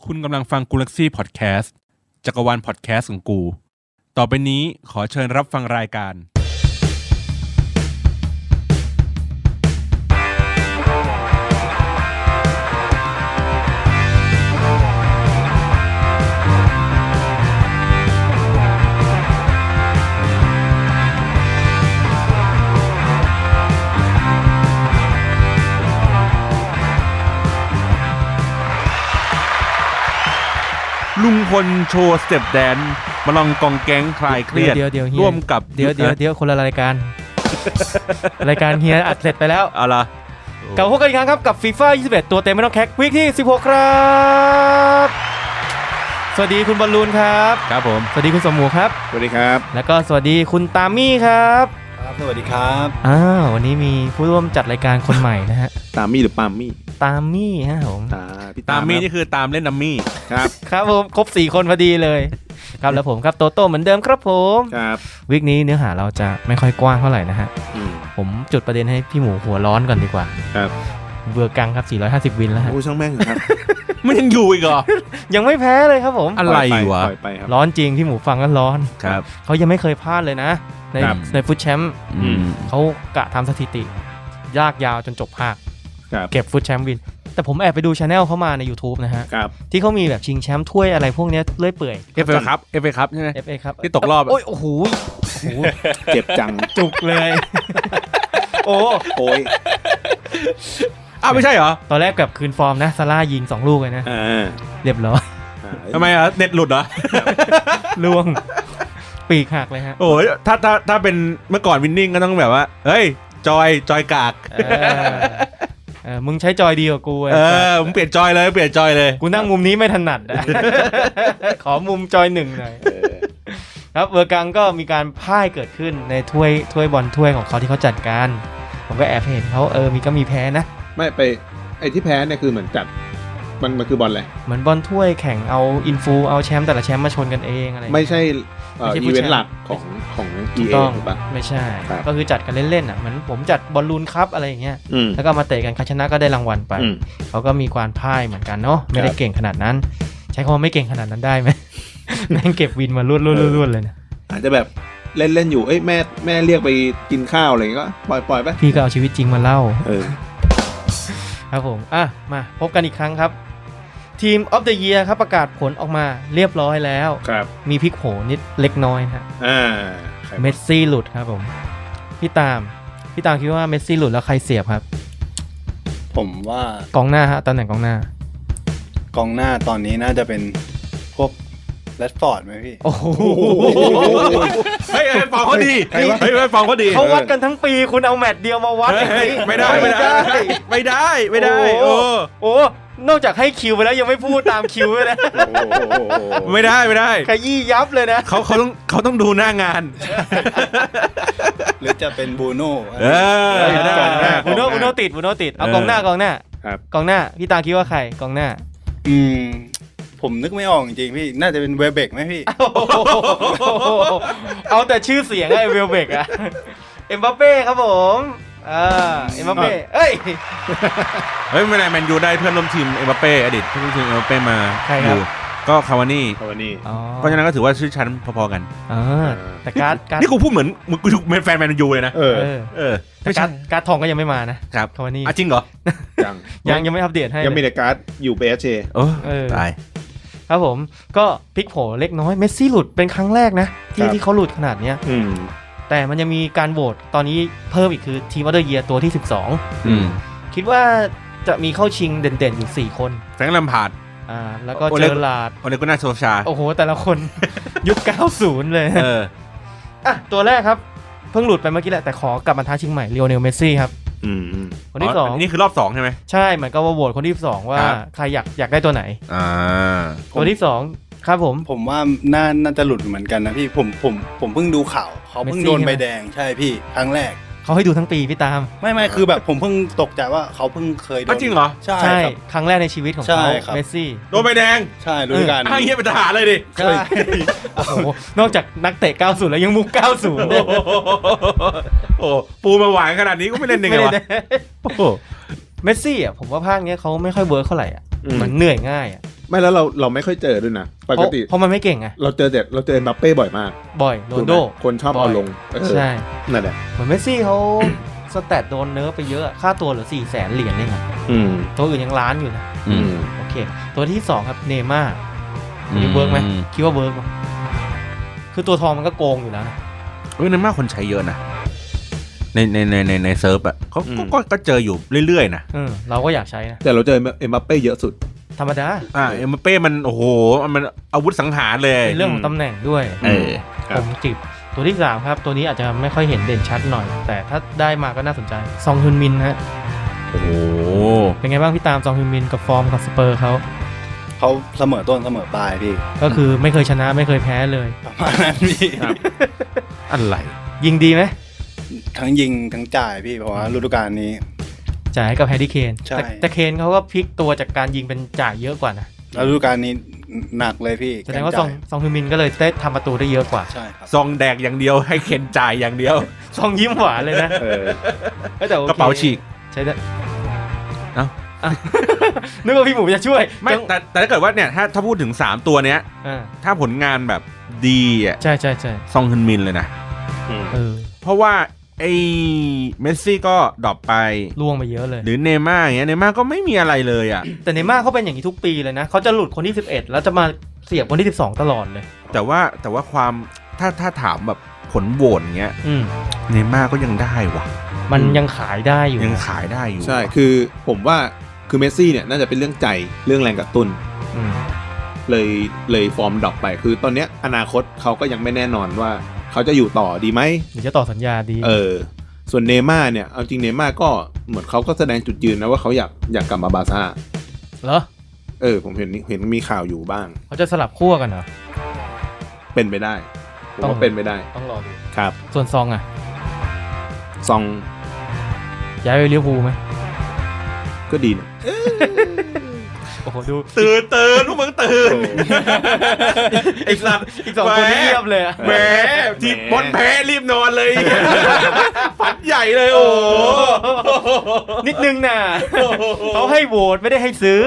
คุณกำลังฟังกูลักซี่พอดแคสต์จักรวาลพอดแคสต์ของกูต่อไปนี้ขอเชิญรับฟังรายการลุงพลโชว์สเต็ปแดนมาลองกองแก๊งคลายเครียดร่วมกับเดี๋ยวคนละรายการ รายการเฮียอัดเสร็จไปแล้วเอาล่ะกลับพบกันอีกครั้งครับกับ FIFA 21 ตัวเต็มไม่ต้องแคควีคที่16ครับสวัสดีคุณบอลลูนครับครับผมสวัสดีคุณสมหมูครับสวัสดีครับแล้วก็สวัสดีคุณตามมี่ครับสวัสดีครับวันนี้มีผู้ร่วมจัดรายการคนใหม่นะฮะตามมี่หรือปามมี่ตามมี่ฮะผมตามมี่นี่คือตามเล่นนัมมี่ครับครับผมครบ4คนพอดีเลยครับแล้วผมครับโตโต้เหมือนเดิมครับผมครับวีคนี้เนื้อหาเราจะไม่ค่อยกว้างเท่าไหร่นะฮะผมจุดประเด็นให้พี่หมูหัวร้อนก่อนดีกว่าครับเวอร์กังครับ450วินแล้วฮะโอ้ช่างแม่งครับมันยังอยู่อีกเหรอยังไม่แพ้เลยครับผมอะไรวะร้อนจริงพี่หมูฟังก็ร้อนครับเขายังไม่เคยพลาดเลยนะในฟุตแชมป์เขากะทำสถิติยากยาวจนจบภาคเก็บฟุตแชมป์วินแต่ผมแอบไปดู channel เขามาใน YouTube นะฮะที่เขามีแบบชิงแชมป์ถ้วยอะไรพวกนี้เลื่อยเปื่อย FA ครับใช่ไหม FA ครับที่ตกรอบโอ้โหเจ็บจังจุกเลยโอ้ยไม่ใช่เหรอตอนแรกกับคืนฟอร์มนะซาร่ายิง2ลูกเลยนะเรียบร้อยทำไมอ่ะเน็ตหลุดเหรอล่วงปีกหักเลยฮะโอ้ยถ้าเป็นเมื่อก่อนวินนิ่งก็ต้องแบบว่าเฮ้ยจอยกากมึงใช้จอยดีกว่ากูมึงเปลี่ยนจอยเลยกูนั่งมุมนี้ไม่ถนัดขอมุมจอย1หน่อยครับเวอร์กังก็มีการพ่ายเกิดขึ้นในถ้วยบอลถ้วยของเขาที่เขาจัดการผมก็แอบเห็นเขามีแพ้นะไม่ไปไอ้ที่แพ้เนี่ยคือเหมือนจัดมันคือบอลอะไรเหมือนบอลถ้วยแข่งเอาอินฟูเอาแชมป์แต่ละแชมป์มาชนกันเองอะไรไม่ใช่อีเวนต์หลักของ EA ถูกป่ะไม่ใช่ก็คือจัดกันเล่นๆอ่ะเหมือนผมจัดบอลลูนคัพอะไรอย่างเงี้ยแล้วก็มาเตะกันใครชนะก็ได้รางวัลไปเขาก็มีความพ่ายเหมือนกันเนาะไม่ได้เก่งขนาดนั้นใช้คำว่าไม่เก่งขนาดนั้นได้ไหมแม่งเก็บวินมาล้วนๆเลยนะอาจจะแบบเล่นอยู่แม่เรียกไปกินข้าวอะไรก็ปล่อยไปพี่ก็เอาชีวิตจริงมาเล่าครับผมมาพบกันอีกครั้งครับทีม of the year ครับประกาศผลออกมาเรียบร้อยแล้วมีพลิกโผนิดเล็กน้อยนะเมสซี่หลุดครับผมพี่ตามคิดว่าเมสซี่หลุดแล้วใครเสียบครับผมว่ากองหน้าฮะตำแหน่งกองหน้าตอนนี้น่าจะเป็นพวกแรดฟอร์ดไหมพี่โอ้โหเฮ้ยฟังเขาดีฟังเขาดีเขาวัดกันทั้งปีคุณเอาแมตช์เดียวมาวัดไม่ได้โอ้นอกจากให้คิวไปแล้วยังไม่พูดตามคิวเลยนะไม่ได้ขยี้ยับเลยนะเขาต้องดูหน้างานหรือจะเป็นบูโน่บูโน่ติดเอากองหน้าพี่ตาคิดว่าใครกองหน้าผมนึกไม่ออกจริงๆพี่น่าจะเป็นเวลเบกไหมพี่เอาแต่ชื่อเสียงไอ้เวลเบกอะเอ็มบัปเป้ครับผมเอ็มบัปเป้เฮ้ยไม่ได้แมนยูได้เพื่อนร่วมทีมเอ็มบัปเป้อดีตเพื่อนร่วมทีมเอ็มบัปเป้มาอยู่ก็คาวานี่เพราะฉะนั้นก็ถือว่าชื่อชั้นพอๆกันแต่การนี่กูพูดเหมือนกูเป็นแฟนแมนยูเลยนะแต่การทองก็ยังไม่มานะครับคาวานี่จริงเหรอยังไม่อัปเดตให้ยังมีแต่การ์ดอยู่เปเชตายครับผมก็พลิกโผเล็กน้อยเมสซี่หลุดเป็นครั้งแรกนะที่เขาหลุดขนาดเนี้ยแต่มันยังมีการโหวตตอนนี้เพิ่มอีกคือทีมออฟเดอะเยียร์ตัวที่12คิดว่าจะมีเข้าชิงเด่นๆอยู่4คนแฟรงค์ แลมพาร์ดแล้วก็เจอร์ลาร์ดโอเลกุน่าโซชาโอ้โหแต่ละคนยุค90เลยตัวแรกครับเพิ่งหลุดไปเมื่อกี้แหละแต่ขอกลับมาท้าชิงใหม่ลีโอเนลเมสซี่ครับคนที่2 นี่คือรอบ2ใช่ไหมใช่เหมือนกับว่าโหวตคนที่2ว่าใครอยากได้ตัวไหนตัวที่2ครับผมว่าน่าจะหลุดเหมือนกันนะพี่ผมเพิ่งดูข่าวเขาเพิ่งโดนใบแดงใช่พี่ครั้งแรกเขาให้ดูทั้งปีพี่ตามไม่คือแบบผมเพิ่งตกใจว่าเขาเพิ่งเคยโดนจริงเหรอใช่ครั้งแรกในชีวิตของเขาเมสซี่โดนใบแดงใช่รู้กันอ้างเงี้ยเป็นทหารเลยดิใช่โอ้โหนอกจากนักเตะ90แล้วยังมุก90ด้วยโอ้ปูมาหวานขนาดนี้ก็ไม่เล่นยังไงวะเมสซี่อ่ะผมว่าภาคนี้เขาไม่ค่อยเวิร์คเท่าไหร่อ่ะมันเหนื่อยง่ายอ่ะไม่แล้วเราไม่ค่อยเจอด้วยนะปกติเพราะมันไม่เก่งไงเราเจอเมบัปเป้บ่อยมากบ่อยโรนัลโดคนชอบเอาลงใช่นั่นแหละเหมือนเมสซี่เขาสแตทโดนเนิร์ฟไปเยอะค่าตัวเหลือ 400,000 เหรียญเองอ่ะตัวอื่นยังล้านอยู่นะโอเคตัวที่2ครับเนย์ม่าเวิร์กไหมคิดว่าเวิร์กไหมคือตัวทองมันก็โกงอยู่แล้วนะเนย์ม่าคนใช้เยอะนะในเซิร์ฟอ่ะก็เจออยู่เรื่อยๆนะเราก็อยากใช้นะแต่เราเจอเอ็มบัปเป้เยอะสุดธรรมดาเอ็มบัปเป้มันโอ้โหมันอาวุธสังหารเลยเป็นเรื่องของตำแหน่งด้วยผมจิบตัวที่3ครับตัวนี้อาจจะไม่ค่อยเห็นเด่นชัดหน่อยแต่ถ้าได้มาก็น่าสนใจซองฮึนมินฮะโอ้โหเป็นไงบ้างพี่ตามซองฮึนมินกับฟอร์มกับสเปอร์เขาเสมอต้นเสมอปลายพี่ก็คือไม่เคยชนะไม่เคยแพ้เลยประมาณนั้นพี่อะไรยิงดีไหมทั้งยิงทั้งจ่ายพี่เพราะว่าฤดูกาลนี้จ่ายให้กับแฮร์รี่เคนแต่เคนเขาก็พลิกตัวจากการยิงเป็นจ่ายเยอะกว่านะแล้วฤดูกาลนี้หนักเลยพี่แสดงว่าซองฮึนมินก็เลยได้ทำประตูได้เยอะกว่าใช่ครับซองแดกอย่างเดียวให้เคนจ่ายอย่างเดียวซองยิ้มหวานเลยนะแต่กระเป๋าฉีกใช่ได้นึกว่าพี่หมูจะช่วยไม่แต่ถ้าเกิดว่าเนี่ยถ้าพูดถึง3ตัวเนี้ยถ้าผลงานแบบดีอ่ะใช่ซองฮึนมินเลยนะเพราะว่าไอ้เมสซี่ก็ดรอปไปล่วงไปเยอะเลยหรือเนย์ม่าอย่างเงี้ยเนย์ม่าก็ไม่มีอะไรเลยอ่ะแต่เนย์ม่าเขาเป็นอย่างนี้ทุกปีเลยนะเขาจะหลุดคนที่11แล้วจะมาเสียบคนที่12ตลอดเลยแต่ว่าความถ้าถามแบบผลโหวตเงี้ยเนย์ม่าก็ยังได้ว่ะมันยังขายได้อยู่ยังขายได้อยู่ใช่คือผมว่าคือเมสซี่เนี่ยน่าจะเป็นเรื่องใจเรื่องแรงกระตุ้นเลยฟอร์มดรอปไปคือตอนเนี้ยอนาคตเขาก็ยังไม่แน่นอนว่าเขาจะอยู่ต่อดีไหมหรือจะต่อสัญญาดีส่วนเนย์ม่าเนี่ยเอาจริงเนย์ม่าก็เหมือนเขาก็แสดงจุดยืนนะว่าเขาอยากกลับมาบาร์ซ่าเหรอผมเห็นมีข่าวอยู่บ้างเขาจะสลับขั้วกันเหรอเป็นไปได้ผมว่าเป็นไปได้ต้องรอดูครับส่วนซองอ่ะซองย้ายไปลิเวอร์พูลไหมก็ดีนะโอ้โหดูตื่นลูกมึงตื่นอีก2คนเงียบเลยแหมทีบอลแพ้รีบนอนเลยฝันใหญ่เลยโอ้นิดนึงน่ะเขาให้โหวตไม่ได้ให้ซื้อ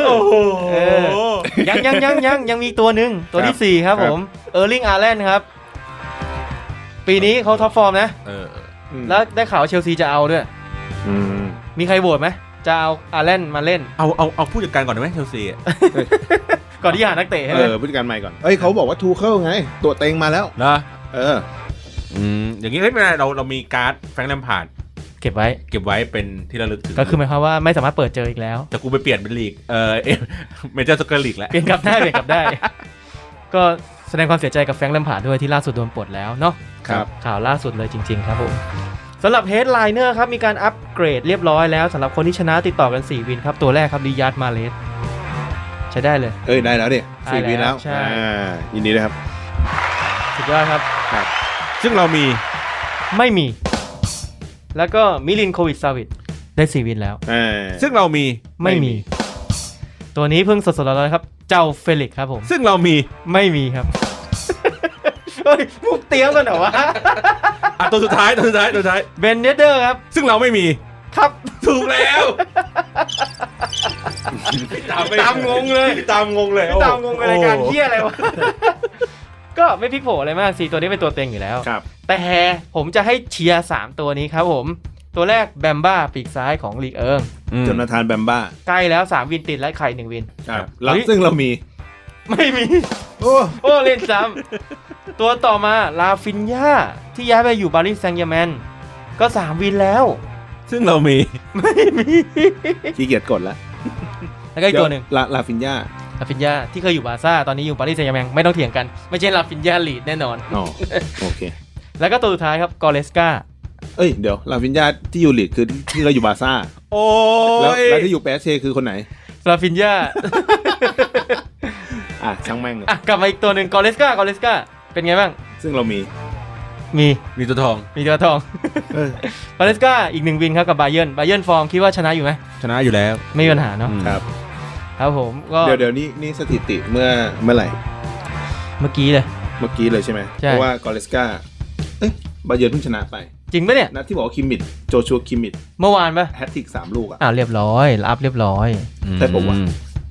ยังมีตัวนึงตัวที่4ครับผมเออร์ลิง อาร์แลนด์ครับปีนี้เขาท็อปฟอร์มนะแล้วได้ข่าวเชลซีจะเอาด้วยมีใครโหวตไหมจะเอาอาร์แลนด์มาเล่นเอาผู้จัดการก่อนได้ไหมเชลซีก่อนที่หานักเตะให้ผู้จัดการใหม่ก่อนเขาบอกว่าทูเคิลไงตัวเต็งมาแล้วนะอย่างนี้ไม่เป็นไรเรามีการ์ดแฟรงค์ แลมพาร์ดเก็บไว้เป็นที่ระลึกถึงก็คือหมายความว่าไม่สามารถเปิดเจออีกแล้วแต่กูไปเปลี่ยนเป็นลีกเมเจอร์ซ็อกเกอร์ลีกแล้วเปลี่ยนกลับได้ก็แสดงความเสียใจกับแฟรงค์ แลมพาร์ดด้วยที่ล่าสุดโดนปลดแล้วเนาะครับข่าวล่าสุดเลยจริงๆครับผมสำหรับเฮดไลเนอร์ครับมีการอัปเกรดเรียบร้อยแล้วสำหรับคนที่ชนะติดต่อกัน4วินครับตัวแรกครับริยาด มาเลสใช้ได้เลยได้แล้วเนี่ย4วินแล้วยินดีด้วยครับสุดยอดครับซึ่งเราไม่มีแล้วก็มิลินโควิชซาวิชได้4วินแล้วซึ่งเราไม่มีตัวนี้เพิ่งสดๆร้อนๆครับเจ้าเฟลิกครับผมซึ่งเราไม่มีครับเฮ้ยมุกเตี้ยงกันเหรอวะตัวสุดท้ายเบนเนเดอร์ครับซึ่งเราไม่มีครับถูกแล้วตามงงเลยตามงงเลยรายการเหี้ยอะไรวะก็ไม่พลิกโผอะไรมาก4ตัวนี้เป็นตัวเต็งอยู่แล้วแต่ผมจะให้เชียร์3ตัวนี้ครับผมตัวแรกแบมบ้าปีกซ้ายของลีกจนาธานแบมบ้าใกล้แล้ว3วินติดและไข่1วินครับซึ่งเราไม่มีโอ้เล่นซ้ำตัวต่อมาลาฟินญาที่ย้ายไปอยู่ปารีสแซงต์แชร์แมงก็3วินแล้วซึ่งเราไม่มีขี้เกียจกดแล้วก็อีกตัวหนึ่งลาฟินญาที่เคยอยู่บาร์ซ่าตอนนี้อยู่ปารีสแซงต์แชร์แมงไม่ต้องเถียงกันไม่ใช่ลาฟินญาลีดแน่นอนโอเคแล้วก็ตัวสุดท้ายครับกอเรสกาเดี๋ยวลาฟินญาที่อยู่ลีดคือที่เราอยู่บาร์ซ่าโอ้แล้วที่อยู่เปเชคือคนไหนลาฟินญาช่างแม่งเลยกลับมาอีกตัวหนึ่งกอเรสกาเป็นไงบ้างซึ่งเรามีตัวทองกอเรสกาอีก1วินครับกับบาเยิร์นฟอร์มคิดว่าชนะอยู่ไหมชนะอยู่แล้วไม่มีปัญหาเนาะครับผมก็เดี๋ยวนี่สถิติเมื่อไหร่เมื่อกี้เลยใช่ไหมเพราะว่ากอเรสกาบาเยิร์นเพิ่งชนะไปจริงปะเนี่ยนัดที่บอกคิมมิดโจชัวคิมมิดเมื่อวานปะแฮตทริก3ลูกเรียบร้อยรับเรียบร้อยแต่ผมว่า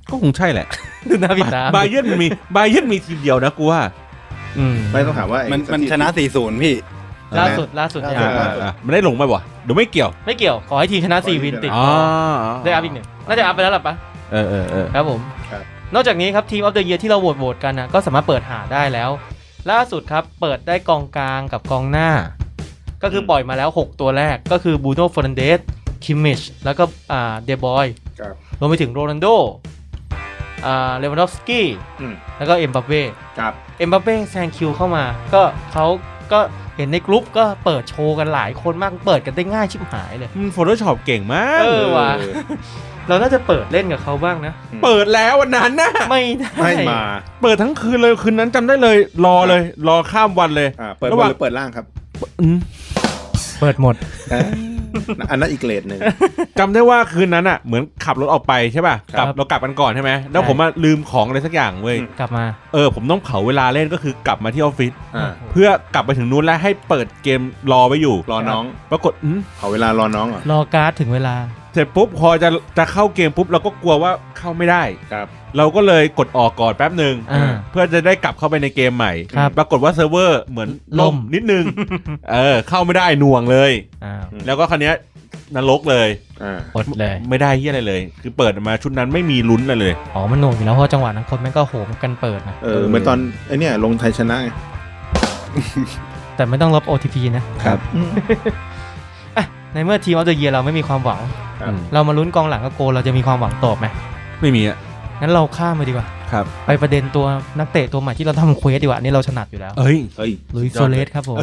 ก็คงใช่แหละน่าผิดตาบาเยิร์นมีทีมเดียวนะกูว่าไม่ต้องถามว่ามันชนะ 4-0 พี่ล่าสุดมันได้ลงไหมวะเดี๋ยวไม่เกี่ยวขอให้ทีมชนะ4วินติดได้อัพอีก1น่าจะอัพไปแล้วหรอปะครับผมนอกจากนี้ครับทีมออฟเดอะเยียร์ที่เราโหวตกันนะก็สามารถเปิดหาได้แล้วล่าสุดครับเปิดได้กองกลางกับกองหน้าก็คือปล่อยมาแล้ว6ตัวแรกก็คือบูโน่ เฟอร์นันเดส คิมมิชแล้วก็เดบอยรวมไปถึงโรนัลโดเลวานดอฟสกี้แล้วก็เอ็มบัปเป้แซงคิวเข้ามาก็เขาก็เห็นในกลุ่มก็เปิดโชว์กันหลายคนมากเปิดกันได้ง่ายชิบหายเลยโฟโต้ช็อปเก่งมากว่ะเราน่าจะเปิดเล่นกับเขาบ้างนะเปิดแล้ววันนั้นนะไม่มาเปิดทั้งคืนเลยคืนนั้นจำได้เลยรอข้ามวันเลยเปิดบนหรือเปิดล่างครับเปิดหมดอันนั้นอีกเลทนึงจำได้ว่าคืนนั้นอ่ะเหมือนขับรถออกไปใช่ป่ะเรากลับกันก่อนใช่ไหมแล้วผมลืมของอะไรสักอย่างเว้ยกลับมาผมต้องเผาเวลาเล่นก็คือกลับมาที่ออฟฟิศเพื่อกลับไปถึงนู้นแล้วให้เปิดเกมรอไว้อยู่รอน้องปรากฏเผาเวลารอน้องเหรอรอการ์ดถึงเวลาเสร็จปุ๊บพอจะเข้าเกมปุ๊บเราก็กลัวว่าเข้าไม่ได้ครับเราก็เลยกดออกก่อนแป๊บนึงเพื่อจะได้กลับเข้าไปในเกมใหม่ปรากฏว่าเซิร์ฟเวอร์เหมือนล่มนิดนึงเข้าไม่ได้หน่วงเลยแล้วก็คราวเนี้ยนรกเลยอดเลยไม่ได้เหี้ยอะไรเลยคือเปิดมาชุดนั้นไม่มีลุ้นอะไรเลยมันหน่วงอยู่แล้วเพราะจังหวะนั้นคนแม่งก็โหมกันเปิดนะเหมือนตอนไอ้นี่ลงไทยชนะไงแต่ไม่ต้องลบ OTP ครับในเมื่อทีมออฟเดอะเยียร์เราไม่มีความหวังเรามาลุ้นกองหลังกับโกเราจะมีความหวังตอบไหมไม่มีอ่ะงั้นเราข้ามไปดีกว่าครับไปประเด็นตัวนักเตะตัวใหม่ที่เราทำเควสดีกว่านี่เราถนัดอยู่แล้วลุยโซเลสครับผม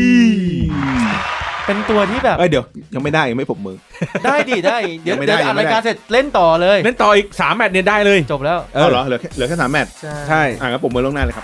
เป็นตัวที่แบบเดี๋ยวยังไม่ได้ยังไม่ปรบมือได้ดิได้เดี๋ยวอ่านรายการเสร็จเล่นต่อเลยเล่นต่ออีก3แมตช์เนี่ยได้เลยจบแล้วเหรอเหลือแค่3แมตช์ใช่งั้นปรบมือล่วงหน้าเลยครับ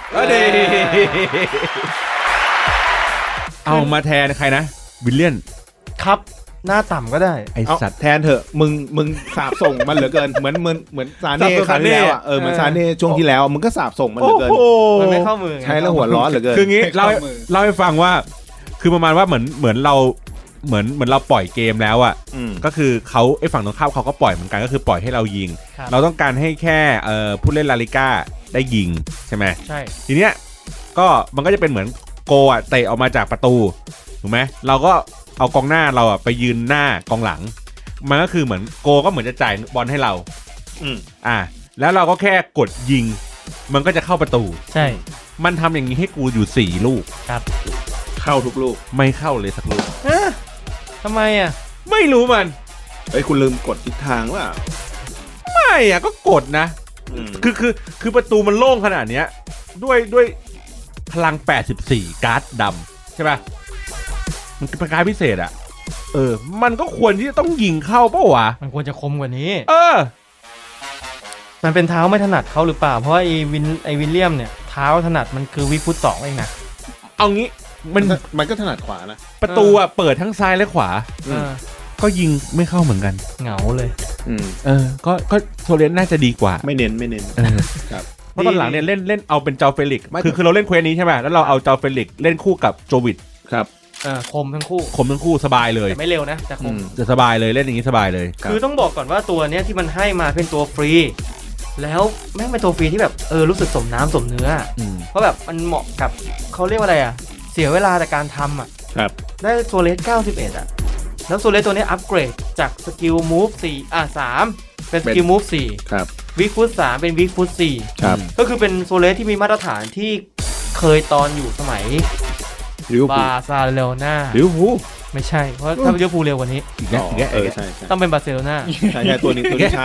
เอามาแทนใครนะวิลเลียนครับหน้าต่ำก็ได้ไอสัตว์แทนเถอะมึงสาบส่งมันเหลือเกินเหมือนซาเน่ครั้งที่แล้วเหมือนซาเน่ช่วงที่แล้วมึงก็สาบส่งมันเหลือเกินมันไม่เข้ามือใช้แล้วหัวร้อนเหลือเกินคืองี้เล่าให้ฟังว่าคือประมาณว่าเหมือนเราเหมือนเราปล่อยเกมแล้วอ่ะก็คือเขาไอ้ฝั่งตรงข้ามเขาก็ปล่อยเหมือนกันก็คือปล่อยให้เรายิงเราต้องการให้แค่ผู้เล่นลาลิก้าได้ยิงใช่ไหมใช่ทีเนี้ยก็มันก็จะเป็นเหมือนโกอ่ะเตะออกมาจากประตูถูกไหมเราก็เอากองหน้าเราอ่ะไปยืนหน้ากองหลังมันก็คือเหมือนโกก็เหมือนจะจ่ายบอลให้เราแล้วเราก็แค่กดยิงมันก็จะเข้าประตูใช่มันทำอย่างนี้ให้กูอยู่4ลูกครับเข้าทุกลูกไม่เข้าเลยสักลูกทำไมอ่ะไม่รู้มันคุณลืมกดทิศทางว่าไม่อ่ะก็กดนะคือประตูมันโล่งขนาดเนี้ยด้วยพลัง84การ์ดดำใช่ป่ะมันเป็นการพิเศษอ่ะมันก็ควรที่จะต้องยิงเข้าป่ะวะมันควรจะคมกว่านี้มันเป็นเท้าไม่ถนัดเขาหรือเปล่าเพราะไอ้วิลเลียมเนี่ยเท้าถนัดมันคือวิฟุต2เองนะเอางี้มันก็ถนัดขวานะประตูอ่ะเปิดทั้งซ้ายและขวาก็ยิงไม่เข้าเหมือนกันเหงาเลยก็โซเลนน่าจะดีกว่าไม่เน้นครับเพราะตอนหลังเนี่ยเล่นเอาเป็นเจ้าเฟลิกคือเราเล่นเควสนี้ใช่ไหมแล้วเราเอาเจ้าเฟลิกเล่นคู่กับโจวิดครับคมทั้งคู่สบายเลยแต่ไม่เร็วนะแต่คมจะสบายเลยเล่นอย่างนี้สบายเลยคือต้องบอกก่อนว่าตัวเนี้ยที่มันให้มาเป็นตัวฟรีแล้วแม่งเป็นตัวฟรีที่แบบรู้สึกสมน้ำสมเนื้อเพราะแบบมันเหมาะกับเขาเรียกว่าอะไรอ่ะเสียเวลาในการทำอ่ะครับได้โซเลส91อ่ะแล้วโซเลสตัวนี้อัปเกรดจากสกิลมูฟ3เป็นสกิลมูฟ4 ครับวิกฟุต3เป็นวิกฟุต4 ครับก็คือเป็นโซเลสที่มีมาตรฐานที่เคยตอนอยู่สมัยบาร์ซาโลนาลิเวอร์พูลไม่ใช่เพราะถ้าลิเวอร์พูลเร็วกว่านี้อีกแล้วใช่ต้องเป็นบาร์เซโลนาใช่ตัวนี้ช้า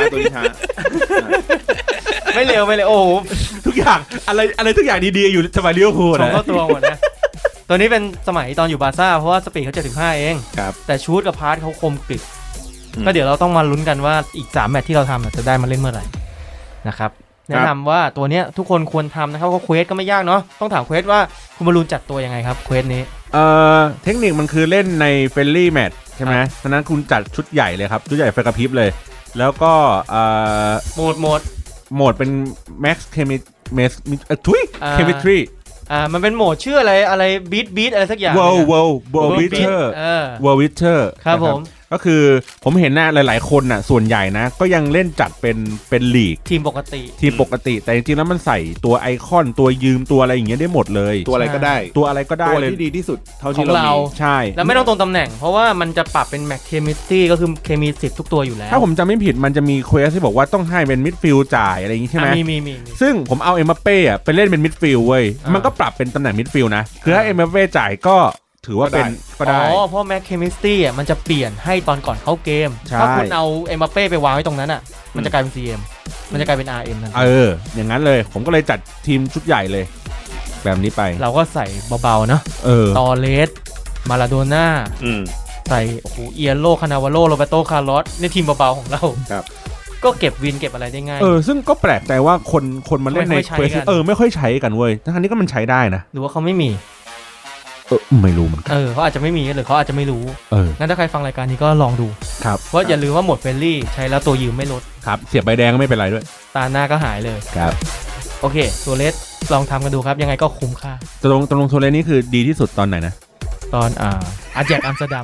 ไม่เร็วโอ้โหทุกอย่างอะไรทุกอย่างดีๆอยู่สมัยลิเวอร์พูลนะเข้าตัวหมดนะตัวนี้เป็นสมัยตอนอยู่บาร์ซ่าเพราะว่าสปีดเขา75เองแต่ชูตกับพาสเขาคมกริบก็เดี๋ยวเราต้องมาลุ้นกันว่าอีก3แมตช์ที่เราทำจะได้มาเล่นเมื่อไหร่นะครับแนะนำว่าตัวนี้ทุกคนควรทำนะครับเพราะเควสก็ไม่ยากเนาะต้องถามเควสว่าคุณบอลลูนจัดตัวยังไงครับเควสนี้เทคนิคมันคือเล่นในเฟรนลี่แมตช์ใช่ไหมฉะนั้นคุณจัดชุดใหญ่เลยครับชุดใหญ่ไฟกระพริบเลยแล้วก็โหมดเป็น Max Chemistry มันเป็นโหมดชื่ออะไรบีทอะไรสักอย่าง World Witcher ครับผมก็คือผมเห็นนะหลายๆคนน่ะส่วนใหญ่นะก็ยังเล่นจัดเป็นลีกทีมปกติแต่จริงๆแล้วมันใส่ตัวไอคอนตัวยืมตัวอะไรอย่างเงี้ยได้หมดเลยตัวอะไรก็ได้เลยที่ดีที่สุดเท่าที่เราใช่แล้วไม่ต้องตรงตำแหน่งเพราะว่ามันจะปรับเป็นแม็กเคมิสตี้ก็คือเคมี10ทุกตัวอยู่แล้วถ้าผมจำไม่ผิดมันจะมีเควสที่บอกว่าต้องให้เป็นมิดฟิลด์จ่ายอะไรอย่างงี้ใช่ไหมมีซึ่งผมเอาเอ็มบัปเป้อะไปเล่นเป็นมิดฟิลด์เว้ยมันก็ปรับเป็นตำแหน่งมิดฟิลด์นะคือถ้าเอ็มบัปเป้จ่ายก็ถือว่าเป็นก็ได้เพราะแม็กเคมิสตี้อ่ะมันจะเปลี่ยนให้ตอนก่อนเข้าเกมถ้าคุณเอาเอ็มบัปเป้ไปวางไว้ตรงนั้นอ่ะมันจะกลายเป็น CM มันจะกลายเป็น RM นั่นอย่างนั้นเลยผมก็เลยจัดทีมชุดใหญ่เลยแบบนี้ไปเราก็ใส่เบาๆเนาะตอเลสมาลาโดน่าใส่โอ้โหเอียโรคานาวาโรโรเบโตคาร์ลอสในทีมเบาๆของเราครับก็เก็บวินเก็บอะไรได้ง่ายซึ่งก็แปลกใจว่าคนมาเล่นในเควสไม่ค่อยใช้กันเว้ยทั้งนี้ก็มันใช้ได้นะหรือว่าเขาไม่มีไม่รู้เหมือนกันเขาอาจจะไม่มีหรือเขาอาจจะไม่รู้งั้นถ้าใครฟังรายการนี้ก็ลองดูครับว่าอย่าลืมว่าโหมดเฟรนลี่ใช้แล้วตัวยืมไม่ลดครับเสียบใบแดงก็ไม่เป็นไรด้วยตาหน้าก็หายเลยครับโอเคตัวเลสลองทำกันดูครับยังไงก็คุ้มค่าตรงตัวเลสนี่คือดีที่สุดตอนไหนนะตอนอาแจกอัมสเตอร์ดัม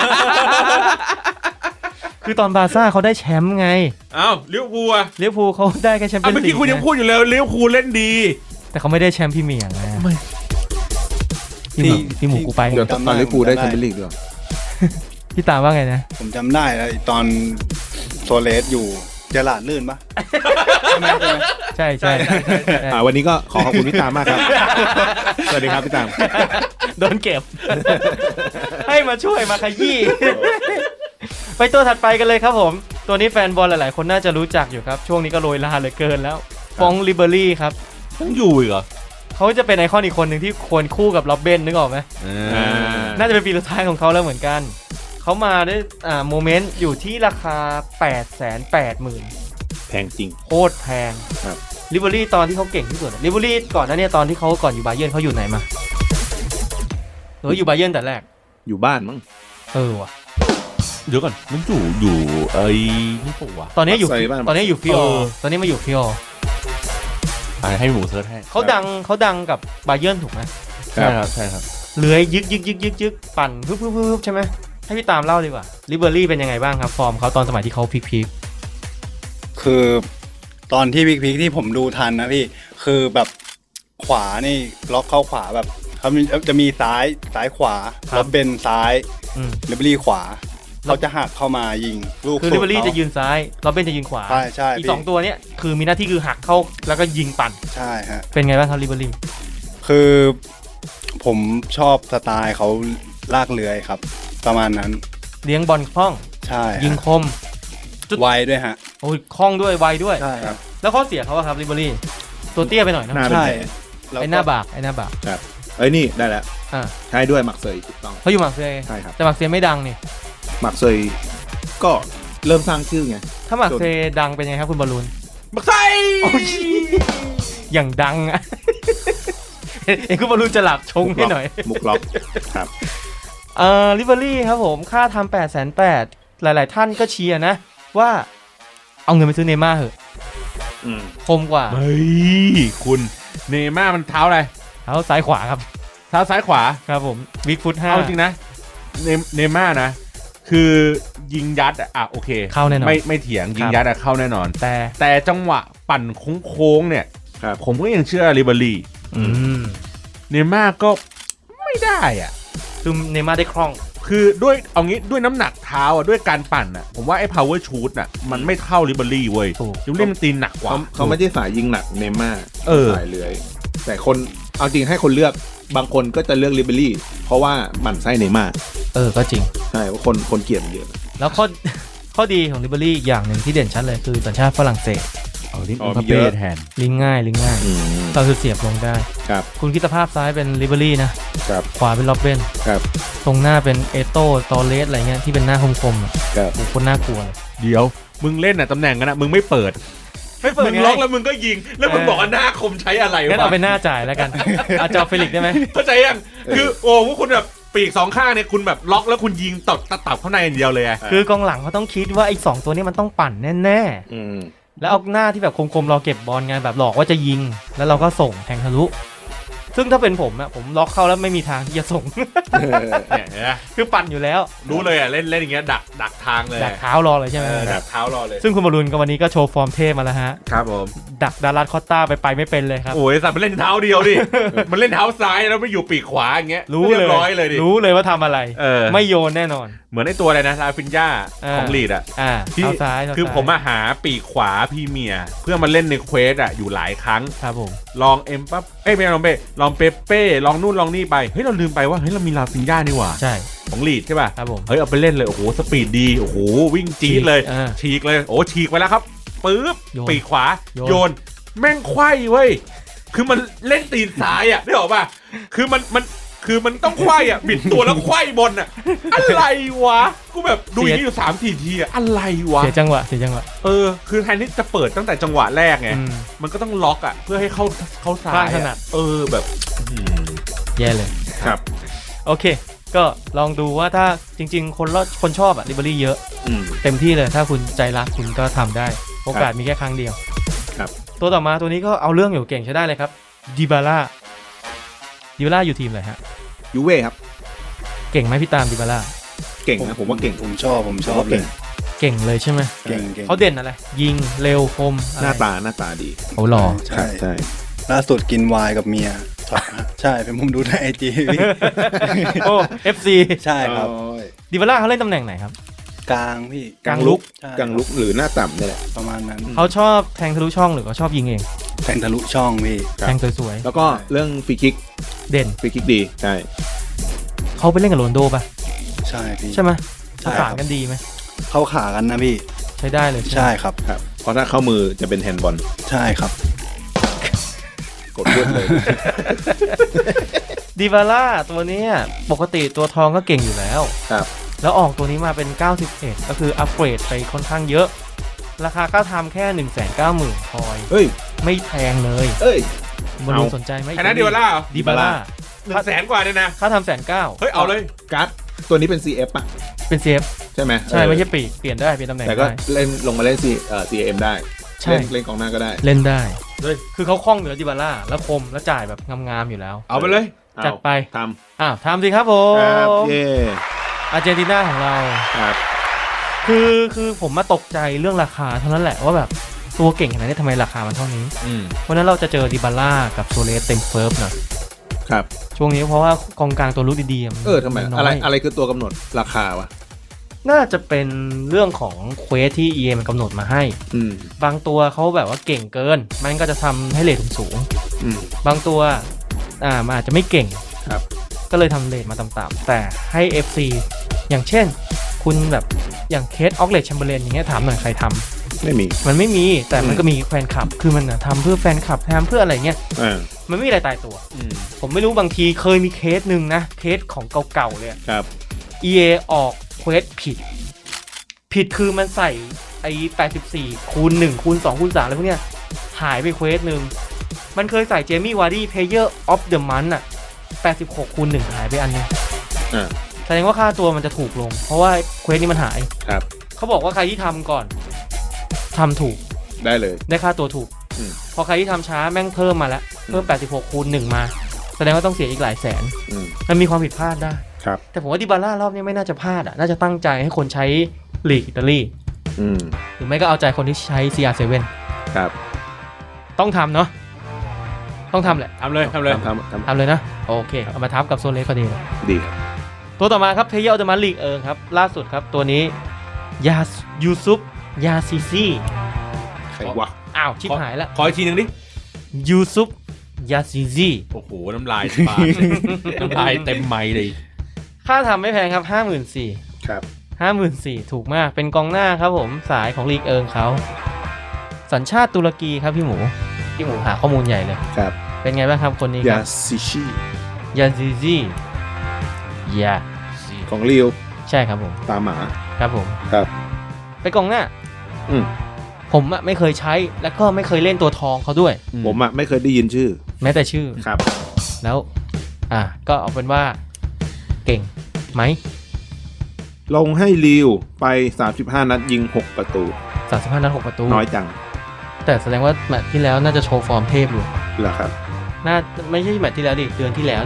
คือตอนบาร์ซ่าเขาได้แชมป์ไงอ้าวลิเวอร์พูลเขาได้แค่แชมป์เปี้ยนลีกเมื่อกี้คุณยังพูดอยู่เลยลิเวอร์พูลเล่นดีแต่เขาไม่ได้แชมป์พรีเมียร์ไงพี่หมูกูไปเดี๋ยวตอนลิเวอร์พูลได้แชมเปี้ยนลีกด้วยพี่ตามว่าไงนะผมจำได้แล้วตอนโซเลสอยู่เจอหลาดลื่นปะใช่วันนี้ก็ขอบคุณพี่ตามมากครับสวัสดีครับพี่ตามโดนเก็บให้มาช่วยมาขยี้ไปตัวถัดไปกันเลยครับผมตัวนี้แฟนบอลหลายๆคนน่าจะรู้จักอยู่ครับช่วงนี้ก็โรยลาเหลือเกินแล้วฟองริเบอรี่ครับต้องอยู่อีกเหรอเขาจะเป็นไอคอนอีกคนหนึ่งที่ควรคู่กับล็อบเบนนึกออกไหมน่าจะเป็นปีสุดท้ายของเขาแล้วเหมือนกันเขามาด้วยโมเมนต์อยู่ที่ราคา 880,000 แพงจริงโคตรแพงริเบอรี่ตอนที่เขาเก่งที่สุดริเบอรี่ก่อนหน้านี้ตอนที่เขาก่อนอยู่บาเยิร์นเขาอยู่ไหนมาหรืออยู่บาเยิร์นแต่แรกอยู่บ้านมั้งว่ะเดี๋ยวก่อนมันอยู่นี่ปะวะตอนนี้อยู่ฟิโอตอนนี้มาอยู่ฟิโอให้หมูเซิร์ชให้เขาดังกับบาเยิร์นถูกไหมใช่ครับเลื้อยยึกปั่นพึบใช่ไหมให้พี่ตามเล่าดีกว่าริเบอรี่เป็นยังไงบ้างครับฟอร์มเขาตอนสมัยที่เขาพีคคือตอนที่พีคที่ผมดูทันนะพี่คือแบบขวานี่ล็อกเข้าขวาแบบเขาจะมีซ้ายขวาแล้วเป็นซ้ายริเบอรี่ขวาเราจะหักเข้ามายิงลูกคือริเบอรี่จะยืนซ้ายเราเป็นจะยืนขวาใช่อีก2ตัวเนี้ยคือมีหน้าที่คือหักเข้าแล้วก็ยิงปั่นใช่ฮะเป็นไงบ้างครับริเบอรี่คือผมชอบสไตล์เขาลากเลื้อยครับประมาณนั้นเลี้ยงบอลคล่องใช่ยิงคมไวด้วยฮะโอ้ยคล่องด้วยไวด้วยใช่ครับแล้วข้อเสียเขาครับริเบอรี่ตัวเตี้ยไปหน่อยนะใช่ไอ้หน้าบากครับนี่ได้แล้วใช่ด้วยหมักเซยถูกต้องเขาอยู่หมักเซยใช่ครับแต่หมักเซยไม่ดังนี่หมักเซยก็เริ่มสร้างชื่อไงถ้าหมักเซยดังเป็นยังไงครับคุณบอลลูนหมักเซยอย่างดังอ่ะเอ็งคุณบอลลูนจะหลับชงให้หน่อยมุกล็อกครับริเบอรี่ครับผมค่าทำ880,000หลายๆท่านก็เชียร์นะว่าเอาเงินไปซื้อเนย์ม่าเหอะคมกว่าเฮ้ยคุณเนย์ม่ามันเท้าอะไรเท้าซ้ายขวาครับเท้าซ้ายขวาครับผมบิ๊กฟุต5 เอาจริงนะเนย์ม่านะคือยิงยัดโอเคเข้าแน่นอนไม่เถียงยิงยัดเข้าแน่นอนแต่จังหวะปั่นโค้งเนี่ยผมก็ยังเชื่อริเบอรี่เนย์ม่าก็ไม่ได้คือเนย์ม่าได้คล่องคือด้วยเอางี้ด้วยน้ำหนักเท้าด้วยการปั่นผมว่าไอ้ power shoot มันไม่เท่าริเบอรี่เว้ยริเบอรี่มันตีหนักกว่าเขาไม่ได้สายยิงหนักเนย์ม่าสายเลื้อยแต่คนเอาจริงให้คนเลือกบางคนก็จะเลือกริเบอรี่เพราะว่ามันไส้เนย์ม่าก็จริงใช่ว่าคนเกลียดเยอะแล้วข้อดีของริเบอรี่อย่างหนึ่งที่เด่นชัดเลยคือสัญชาติฝรั่งเศสลิงก์เยอะแทนลิงง่ายเราคือเสียบลงได้ครับคุณคิดสภาพซ้ายเป็นริเบอรี่นะครับขวาเป็นล็อบเบนครับตรงหน้าเป็นเอโต้ตอเลสอะไรเงี้ยที่เป็นหน้าคมๆครับคนน่ากลัวเดี๋ยวมึงเล่นตำแหน่งกันมึงไม่เปิดมึงล็อกแล้วมึงก็ยิงแล้วมึงบอกว่าหน้าคมใช้อะไรวะงั้นเอาเป็นหน้าจ่ายแล้วกันอาจจะเฟลิกได้ไหมเข้าใจยังคือโอ้พวกคุณแบบปีก2ข้างเนี่ยคุณแบบล็อกแล้วคุณยิงตับเข้าในอย่างเดียวเลยคือกองหลังเขาต้องคิดว่าไอ้2ตัวนี้มันต้องปั่นแน่ๆแล้วเอาหน้าที่แบบคมๆรอเก็บบอลไงแบบหลอกว่าจะยิงแล้วเราก็ส่งแทงทะลุซึ่งถ้าเป็นผมอะผมล็อกเข้าแล้วไม่มีทางที่จะส่งเนี่ยเห็นไหมคือปั่นอยู่แล้วรู้เลยอ่ะเล่นอย่างเงี้ยดักทางเลยดักเท้ารอเลยใช่ไหมดักเท้ารอเลยซึ่งคุณบอลลูนก็วันนี้ก็โชว์ฟอร์มเทพมาแล้วฮะครับผมดักดารัสคอตต้าไปไม่เป็นเลยครับโอ้ยสัตว์มันเล่นเท้าเดียวดิ มันเล่นเท้าซ้ายแล้วไม่อยู่ปีกขวาอย่างเงี้ยรู้เลยร้อยเลยดิรู้เลยว่าทำอะไรไม่โยนแน่นอนเหมือนไอ้ตัวอะไรนะลาฟินย่าของลีดอ่ะที่คือผมมาหาปีกขวาพี่เมียเพื่อมาเล่นในเควสอ่ะอยู่หลายครั้งครับผมลองเอ็มปั๊บไม่ลองเปเป้ลองนู่นลองนี่ไปเฮ้ยเราลืมไปว่าเฮ้ยเรามีลาฟินย่านี่หว่าใช่ของลีดใช่ป่ะครับผมเฮ้ยเอาไปเล่นเลยโอ้โหสปีดดีโอ้โหวิ่งจี๊ดเลยฉีกเลยโอ้ฉีกไปแล้วครับปึ๊บปีกขวาโยนแม่งไขว้เว้ยคือมันเล่นตีนซ้ายอ่ะได้หรอป่ะคือมันต้องไขว้อ่ะบิดตัวแล้วไขว้บนอ่ะอะไรวะกูแบบดูอย่างนี้อยู่ 3-4 ทีอ่ะอะไรวะเสียจังหวะคือแทนที่จะเปิดตั้งแต่จังหวะแรกไงมันก็ต้องล็อกอ่ะเพื่อให้เข้าซ้ายแบบแย่เลยครับโอเคก็ลองดูว่าถ้าจริงๆคนชอบอะลิเบอรี่เยอะเต็มที่เลยถ้าคุณใจรักคุณก็ทำได้โอกาสมีแค่ครั้งเดียวครับตัวต่อมาตัวนี้ก็เอาเรื่องอยู่เก่งใช้ได้เลยครับดิบาร่าอยู่ทีมอะไรฮะยูเว่ครับเก่งไหมพี่ตามดิบาร่าเก่งนะผมว่าเก่งผมชอบเก่งเลยใช่ไหมเก่งเขาเด่นอะไรยิงเร็วคมหน้าตาดีเขาหล่อใช่ล่าสุดกินไวน์กับเมียใช่เป็นผมดูใน IG โอ้ FC ใช่ครับดิบาร่าเขาเล่นตำแหน่งไหนครับกลางพี่กลางลุกหรือหน้าต่ำนี่แหละประมาณนั้นเขาชอบแทงทะลุช่องหรือเขาชอบยิงเองแทงทะลุช่องพี่แทงสวยๆแล้วก็เรื่องฟรีคิกเด่นฟรีคิกดีใช่เขาไปเล่นกับโรนโดป่ะใช่พี่ใช่ไหมประสานกันดีไหมเข้าขากันนะพี่ใช้ได้เลยใช่ครับเพราะถ้าเข้ามือจะเป็นแฮนด์บอลใช่ครับกดเลือดเลยดิบาร่าตัวนี้ปกติตัวทองก็เก่งอยู่แล้วครับแล้วออกตัวนี้มาเป็น91ก็คืออัปเกรดไปค่อนข้างเยอะราคาก็ทำแค่ 190,000 คอยไม่แพงเลยบอลลูนสนใจไหมแค่นั้นดิบาร่า100,000 กว่าเนี่ยนะค่าทำ190,000 เฮ้ยเอาเลยการ์ดตัวนี้เป็น CF ป่ะเป็น CF ใช่ไหมใช่ไม่ใช่ปีกเปลี่ยนได้เปลี่ยนตำแหน่งแต่ก็เล่นลงมาเล่นCM ได้เล่นกองหน้าก็ได้เล่นได้คือเขาคล่องเหนือดิบาร่าแล้วคมแล้วจ่ายแบบงามๆอยู่แล้วเอาไปเลยจัดไปทำสิครับผมอาร์เจนตินาของเราคือผมมาตกใจเรื่องราคาเท่านั้นแหละว่าแบบตัวเก่งขนาดนี้ทำไมราคามันเท่านี้เพราะนั้นเราจะเจอดิบาร่ากับโซเลสเต็มเฟิร์ฟนะครับช่วงนี้เพราะว่ากองกลางตัวรู้ดีๆทำไมอะไรคือตัวกำหนดราคาวะน่าจะเป็นเรื่องของเควสที่ EA มันกำหนดมาให้บางตัวเขาแบบว่าเก่งเกินมันก็จะทำให้เรทสูงบางตัวมันอาจจะไม่เก่งก็เลยทำเรทมาต่ำๆแต่ให้ FC อย่างเช่นคุณแบบอย่างเคสออกเลตแชมเบอร์เลนอย่างเงี้ยถามหน่อยใครทำไม่มีมันไม่มีแต่มันก็มีแฟนคลับคือมันทำเพื่อแฟนคลับทำเพื่ออะไรเงี้ยมันไม่มีอะไรตายตัวผมไม่รู้บางทีเคยมีเคสหนึ่งนะเคสของเก่าๆเลยครับ EA ออกเควสผิดคือมันใส่ไอ้84คูณ1คูณ2คูณ3อะไรพวกเนี้ยหายไปเควสนึงมันเคยใส่เจมี่วาร์ดี้เพลเยอร์ออฟเดอะมันท์86คูณ1หายไปอันนึงแสดงว่าค่าตัวมันจะถูกลงเพราะว่าเควสนี้มันหายครับเขาบอกว่าใครที่ทำก่อนทำถูกได้เลยได้ค่าตัวถูกพอใครที่ทำช้าแม่งเพิ่มมาแล้วเพิ่ม86คูณ1มาแสดงว่าต้องเสียอีกหลายแสนมันมีความผิดพลาดได้แต่ผมว่าดิบาร่ารอบนี้ไม่น่าจะพลาดน่าจะตั้งใจให้คนใช้ลีกอิตาลีหรือไม่ก็เอาใจคนที่ใช้ CR7 ครับต้องทำเนาะต้องทำแหละทำเลยทำเลยนะโอเคเอามาทับกับโซเลสพอดีครับตัวต่อมาครับเพย์อัลเดอร์มันลีกครับล่าสุดครับตัวนี้ยูซุปยาซิซีใครวะอ้าวชิบหายแล้วขออีกทีนึงดิยูซุปยาซิซีโอ้โหน้ำลายปากน้ำลายเต็มไมค์เลยค่าทำไม่แพงครับ 54,000 ครับ 54,000 ถูกมากเป็นกองหน้าครับผมสายของลีกเขาสัญชาติตุรกีครับพี่หมูหาข้อมูลใหญ่เลยครับเป็นไงบ้างครับคนนี้ครับยาซิซีของลิวใช่ครับผมตาหมาครับผมครับเป็นกองหน้าผมไม่เคยใช้แล้วก็ไม่เคยเล่นตัวทองเขาด้วยผมไม่เคยได้ยินชื่อแม้แต่ชื่อครับแล้วก็เอาเป็นว่าเก่งไหมลงให้ลิวไป35นัดยิง6ประตู 35นัด6ประตูน้อยจังแต่แสดงว่าแมตช์ที่แล้วน่าจะโชว์ฟอร์มเทพอยู่เหรอครับน่าไม่ใช่แมตช์ที่แล้วดิเดือนที่แล้ว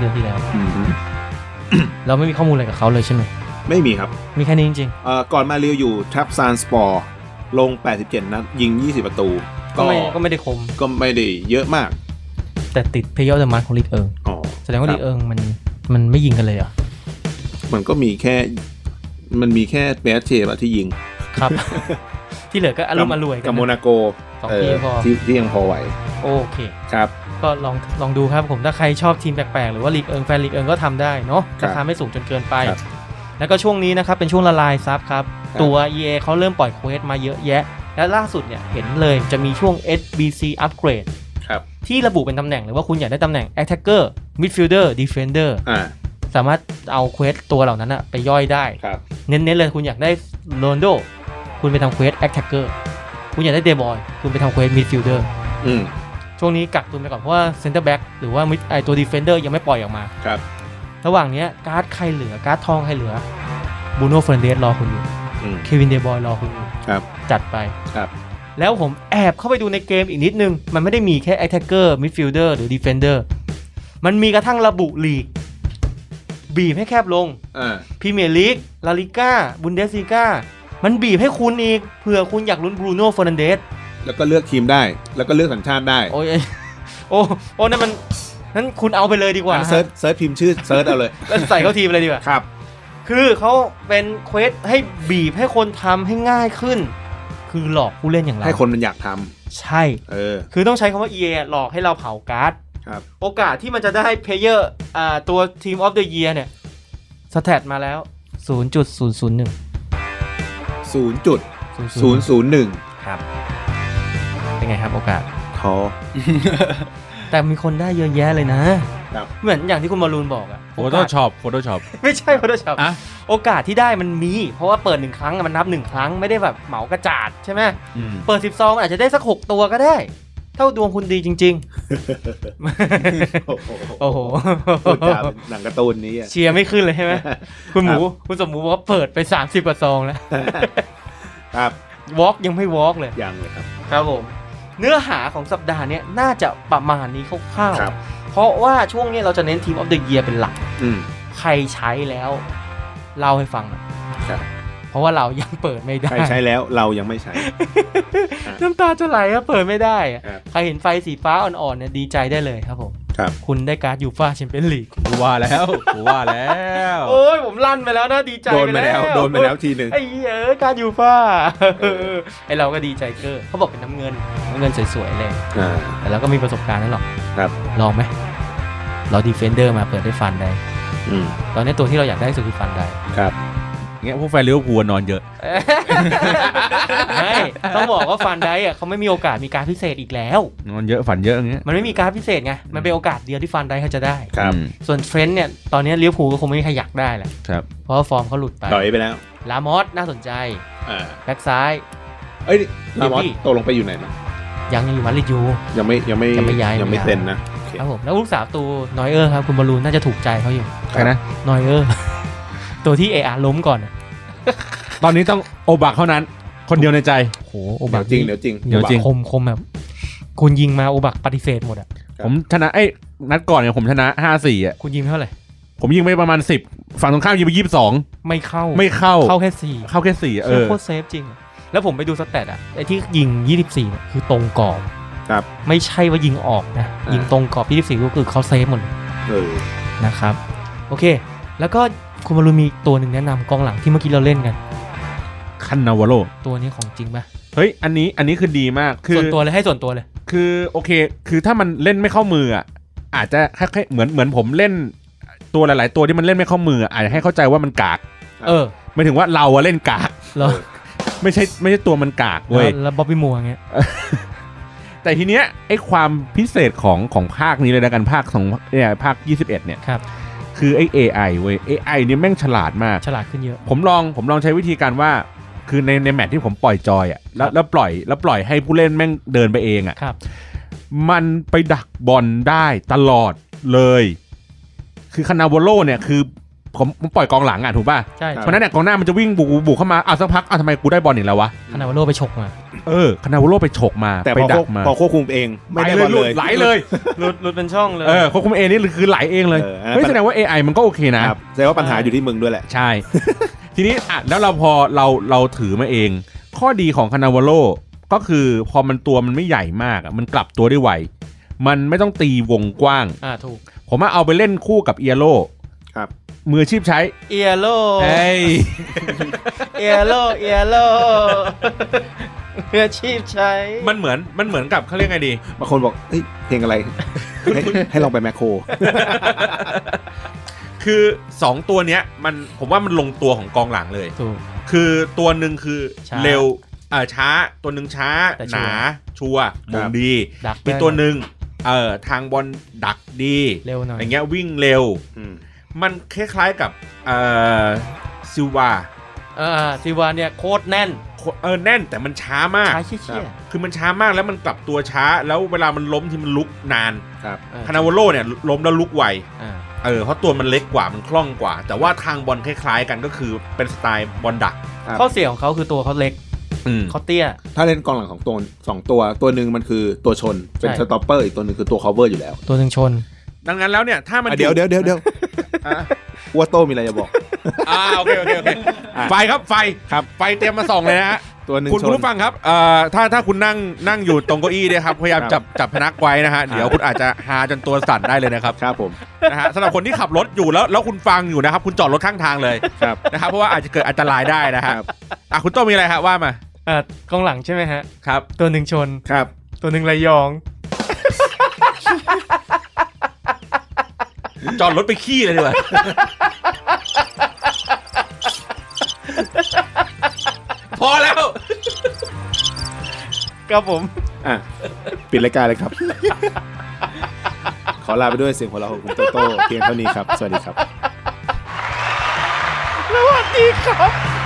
เราไม่มีข้อมูลอะไรกับเขาเลยใช่ไหมไม่มีครับมีแค่นี้จริงๆก่อนมาเรียวอยู่ทรัพซานสปอร์ลง87นัดยิง20ประตูก็ไม่ได้คมก็ไม่ได้เยอะมากแต่ติดเพย์ออฟเดอะมันของลีกแสดงว่าลีกมันไม่ยิงกันเลยอ่ะมันก็มีแค่เบสเชฟที่ยิงครับ ที่เหลือก็อารมณ์อร่วยกับโมนาโก 2ทีมพอที่ยังพอไหวโอเคครับก็ลองดูครับผมถ้าใครชอบทีมแปลกๆหรือว่าลีกแฟนลีกก็ทำได้เนาะราคาไม่สูงจนเกินไปแล้วก็ช่วงนี้นะครับเป็นช่วงละลายซับครับตัว EA เขาเริ่มปล่อยเควสมาเยอะแยะและล่าสุดเนี่ยเห็นเลยจะมีช่วง SBC Upgrade ที่ระบุเป็นตำแหน่งหรือว่าคุณอยากได้ตำแหน่ง Attacker Midfielder Defender สามารถเอาเควสตัวเหล่านั้นไปย่อยได้เน้นๆเลยคุณอยากได้โรนโดคุณไปทำเควส Attacker คุณอยากได้เดบอยคุณไปทำเควส Midfielder ช่วงนี้กักตุนไปก่อนเพราะว่า Center Back หรือว่าตัว Defender ยังไม่ปล่อยออกมาระหว่างนี้การ์ดใครเหลือการ์ดทองใครเหลือบูโน่ เฟร์นันเดสรอคุณอยู่เควินเดบอยรอคุณอยู่จัดไปแล้วผมแอบเข้าไปดูในเกมอีกนิดนึงมันไม่ได้มีแค่ Attacker Midfielder หรือ Defender มันมีกระทั่งระบุลีกบีบให้แคบลงพรีเมียร์ลีกลาลิก้าบุนเดสลีกามันบีบให้คุณอีกเผื่อคุณอยากลุ้นบรูโน่ เฟร์นันเดสแล้วก็เลือกทีมได้แล้วก็เลือกสัญชาติได้โอ้นั่นมันนั้นคุณเอาไปเลยดีกว่าเซิร์ชพิมพ์ชื่อเซิร์ชเอาเลยแล้วใส่เข้าทีมเลยดีกว่าครับคือเขาเป็นเควสให้บีบให้คนทำให้ง่ายขึ้นคือหลอกผู้เล่นอย่างเราให้คนมันอยากทำใช่คือต้องใช้คำว่า EA หลอกให้เราเผาการ์ดโอกาสที่มันจะได้เพลเยอร์ตัว Team of the Year เนี่ยสแตทมาแล้ว 0.001 0.001 ครับเป็นไงครับโอกาสท้อแต่มีคนได้เยอะแยะเลยนะเหมือนอย่างที่คุณมารูนบอกอะ Photoshop ไม่ใช่ Photoshop โอกาสที่ได้มันมีเพราะว่าเปิด1ครั้งมันนับ1ครั้งไม่ได้แบบเหมากระจาดใช่ไหมเปิด10ซองอาจจะได้สัก6ตัวก็ได้เท่าดวงคุณดีจริงๆโอ้โหหนังการ์ตูนนี้เชียร์ไม่ขึ้นเลยใช่ไหมคุณสมมูบอกว่าเปิดไป30กว่าซองแล้วครับวอล์กยังไม่วอล์กเลยยังเลยครับผมเนื้อหาของสัปดาห์นี้น่าจะประมาณนี้คร่าวๆเพราะว่าช่วงนี้เราจะเน้น Team of the Year เป็นหลักใครใช้แล้วเล่าให้ฟังเพราะว่าเรายังเปิดไม่ได้ใครใช้แล้วเรายังไม่ใช้น้ำตาจะไหลเปิดไม่ได้ใครเห็นไฟสีฟ้าอ่อนๆเนี่ยดีใจได้เลยครับผมคุณได้การ์ดยูฟ่าแชมเปี้ยนลีกกูว่าแล้วโอ้ยผมลั่นไปแล้วนะดีใจไปแล้วโดนไปแล้วทีนึงไอ้การ์ดยูฟ่าไอ้เราก็ดีใจเกอร์เขาบอกเป็นน้ำเงินสวยๆเลยแต่เราก็มีประสบการณ์นั่นหรอกลองไหมเราดีเฟนเดอร์มาเปิดได้ฟันได้ตอนนี้ตัวที่เราอยากได้สุดคือฟันได้ครับเงี้ยพวกแฟนลิเวอร์พูลนอนเยอะไม่ต้องบอกว่าฟันได้อะเขาไม่มีโอกาสมีการพิเศษอีกแล้วนอนเยอะฝันเยอะอย่างเงี้ยมันไม่มีการพิเศษไงมันเป็นโอกาสเดียวที่ฟันได้เขาจะได้ครับส่วนเทรนด์เนี่ยตอนนี้ลิเวอร์พูลก็คงไม่มีใครอยากได้แหละเพราะว่าฟอร์มเขาหลุดไปถอยไปแล้วลามอสน่าสนใจแบ็คซ้ายลามอสตกลงไปอยู่ไหนนะยังอยู่มาดริดอยู่ยังไม่ย้ายยังไม่เซ็นนะครับผมแล้วลูกสาวตัวนอยเออร์ครับคุณบอลลูนน่าจะถูกใจเขาอยู่ใครนะนอยเออร์ตัวที่ล้มก่อนตอนนี้ต้องโอบากเท่านั้นคนเดียวในใจโหโอบากจริงเดี๋ยวจริงคมแบบคุณยิงมาโอบากปฏิเสธหมดอ่ะผมชนะนัดก่อนเนี่ยผมชนะ 5-4 อ่ะคุณยิงเท่าไหร่ผมยิงไปประมาณ10ฝั่งตรงข้ามยิงไป22 ไม่เข้าแค่4 โคตรเซฟจริงแล้วผมไปดูสแตทอ่ะไอ้ที่ยิง24เนี่ยคือตรงกรอบครับไม่ใช่ว่ายิงออกนะยิงตรงกรอบ24ก็คือเขาเซฟหมดนะครับโอเคแล้วก็คุณมารุมีตัวหนึ่งแนะนำกองหลังที่เมื่อกี้เราเล่นกันคันนาวาโรตัวนี้ของจริงป่ะเฮ้ยอันนี้คือดีมากคือส่วนตัวเลยให้ส่วนตัวเลยคือโอเคคือถ้ามันเล่นไม่เข้ามืออ่ะอาจจะแค่เหมือนผมเล่นตัวหลายๆตัวที่มันเล่นไม่เข้ามืออาจจะให้เข้าใจว่ามันกากหมายถึงว่าเราเล่นกากไม่ใช่ตัวมันกากเว้ยแล้วบ๊อบบี้มัวเงี้ยแต่ทีเนี้ยไอ้ความพิเศษของภาคนี้เลยนะกันภาคของเนี่ยภาค21เนี่ยคือไอ้ AI เว้ย AI เนี่ยแม่งฉลาดมากฉลาดขึ้นเยอะผมลองใช้วิธีการว่าคือในแมตช์ที่ผมปล่อยจอยอ่ะแล้วปล่อยให้ผู้เล่นแม่งเดินไปเองอ่ะมันไปดักบอลได้ตลอดเลยคือคานาวาโลเนี่ยคือผมปล่อยกองหลังอ่ะถูกป่ะใช่เพราะนั้นเนี่ยกองหน้ามันจะวิ่งบุกเข้ามาสักพักทำไมกูได้บอลอีกแล้ววะคานาวาโร่ไปฉกมาคานาวาโร่ไปฉกมาแต่พอควบคุมเองไม่ได้บอลเลยไหลเลยหลุดเป็นช่องเลยควบคุมเองนี่คือไหลเองเลยเฮ้ยแสดงว่า AI มันก็โอเคนะแสดงว่าปัญหาอยู่ที่มึงด้วยแหละใช่ทีนี้แล้วเราถือมาเองข้อดีของคานาวาโร่ก็คือพอมันตัวมันไม่ใหญ่มากมันกลับตัวได้ไวมันไม่ต้องตีวงกว้างถูกผมเอาไปเล่นคู่กับเอียโร่ครับมืออาชีพใช้เอียโร่เฮ้ยเอียโร่มืออาชีพใช้มันเหมือนกับเขาเรียกไงดีบางคนบอกเฮ้ยเพลงอะไร ให้ลองไปแมคโครคือ2ตัวเนี้ยผมว่ามันลงตัวของกองหลังเลยคือตัวหนึ่งคือเร็วช้าตัวหนึ่งช้าหนาชัวร์มงดีมีตัวหนึ่งทางบอลดักดีเร็วหน่อยอย่างเงี้ยวิ่งเร็วมันคล้ายๆกับซิลวาเนี่ยโคตรแน่นแน่นแต่มันช้ามากคือมันช้ามากแล้วมันกลับตัวช้าแล้วเวลามันล้มที่มันลุกนานคานาวาโร่เนี่ยล้มแล้วลุกไวเพราะตัวมันเล็กกว่ามันคล่องกว่าแต่ว่าทางบอลคล้ายๆกันก็คือเป็นสไตล์บอลดักข้อเสียของเขาคือตัวเขาเล็กเขาเตี้ยถ้าเล่นกองหลังของตัวหนึ่งมันคือตัวชนเป็นสต็อปเปอร์อีกตัวหนึ่งคือตัว cover อยู่แล้วตัวหนึ่งชนดังนั้นแล้วเนี่ยถ้ามันเดี๋ยววัวโตมีอะไรจะบอกโอเคไฟครับไฟเตรียมมาส่องเลยนะฮะตัวหนึ่งคุณผู้ฟังครับถ้าคุณนั่งอยู่ตรงเก้าอี้เนี่ยครับพยายามจับพนักไว้นะฮะเดี๋ยวคุณอาจจะหาจนตัวสั่นได้เลยนะครับครับผมนะฮะสำหรับคนที่ขับรถอยู่แล้วคุณฟังอยู่นะครับคุณจอดรถข้างทางเลยนะครับเพราะว่าอาจจะเกิดอันตรายได้นะฮะคุณโต้มีอะไรครับว่ามากองหลังใช่ไหมฮะครับตัวหนึ่งชนครับตัวหนึ่งระยองจอดรถไปขี้เลยดีกว่าพอแล้วครับผมปิดรายการเลยครับขอลาไปด้วยเสียงหัวเราะของคุณโตโต้เพียงเท่านี้ครับสวัสดีครับสวัสดีครับ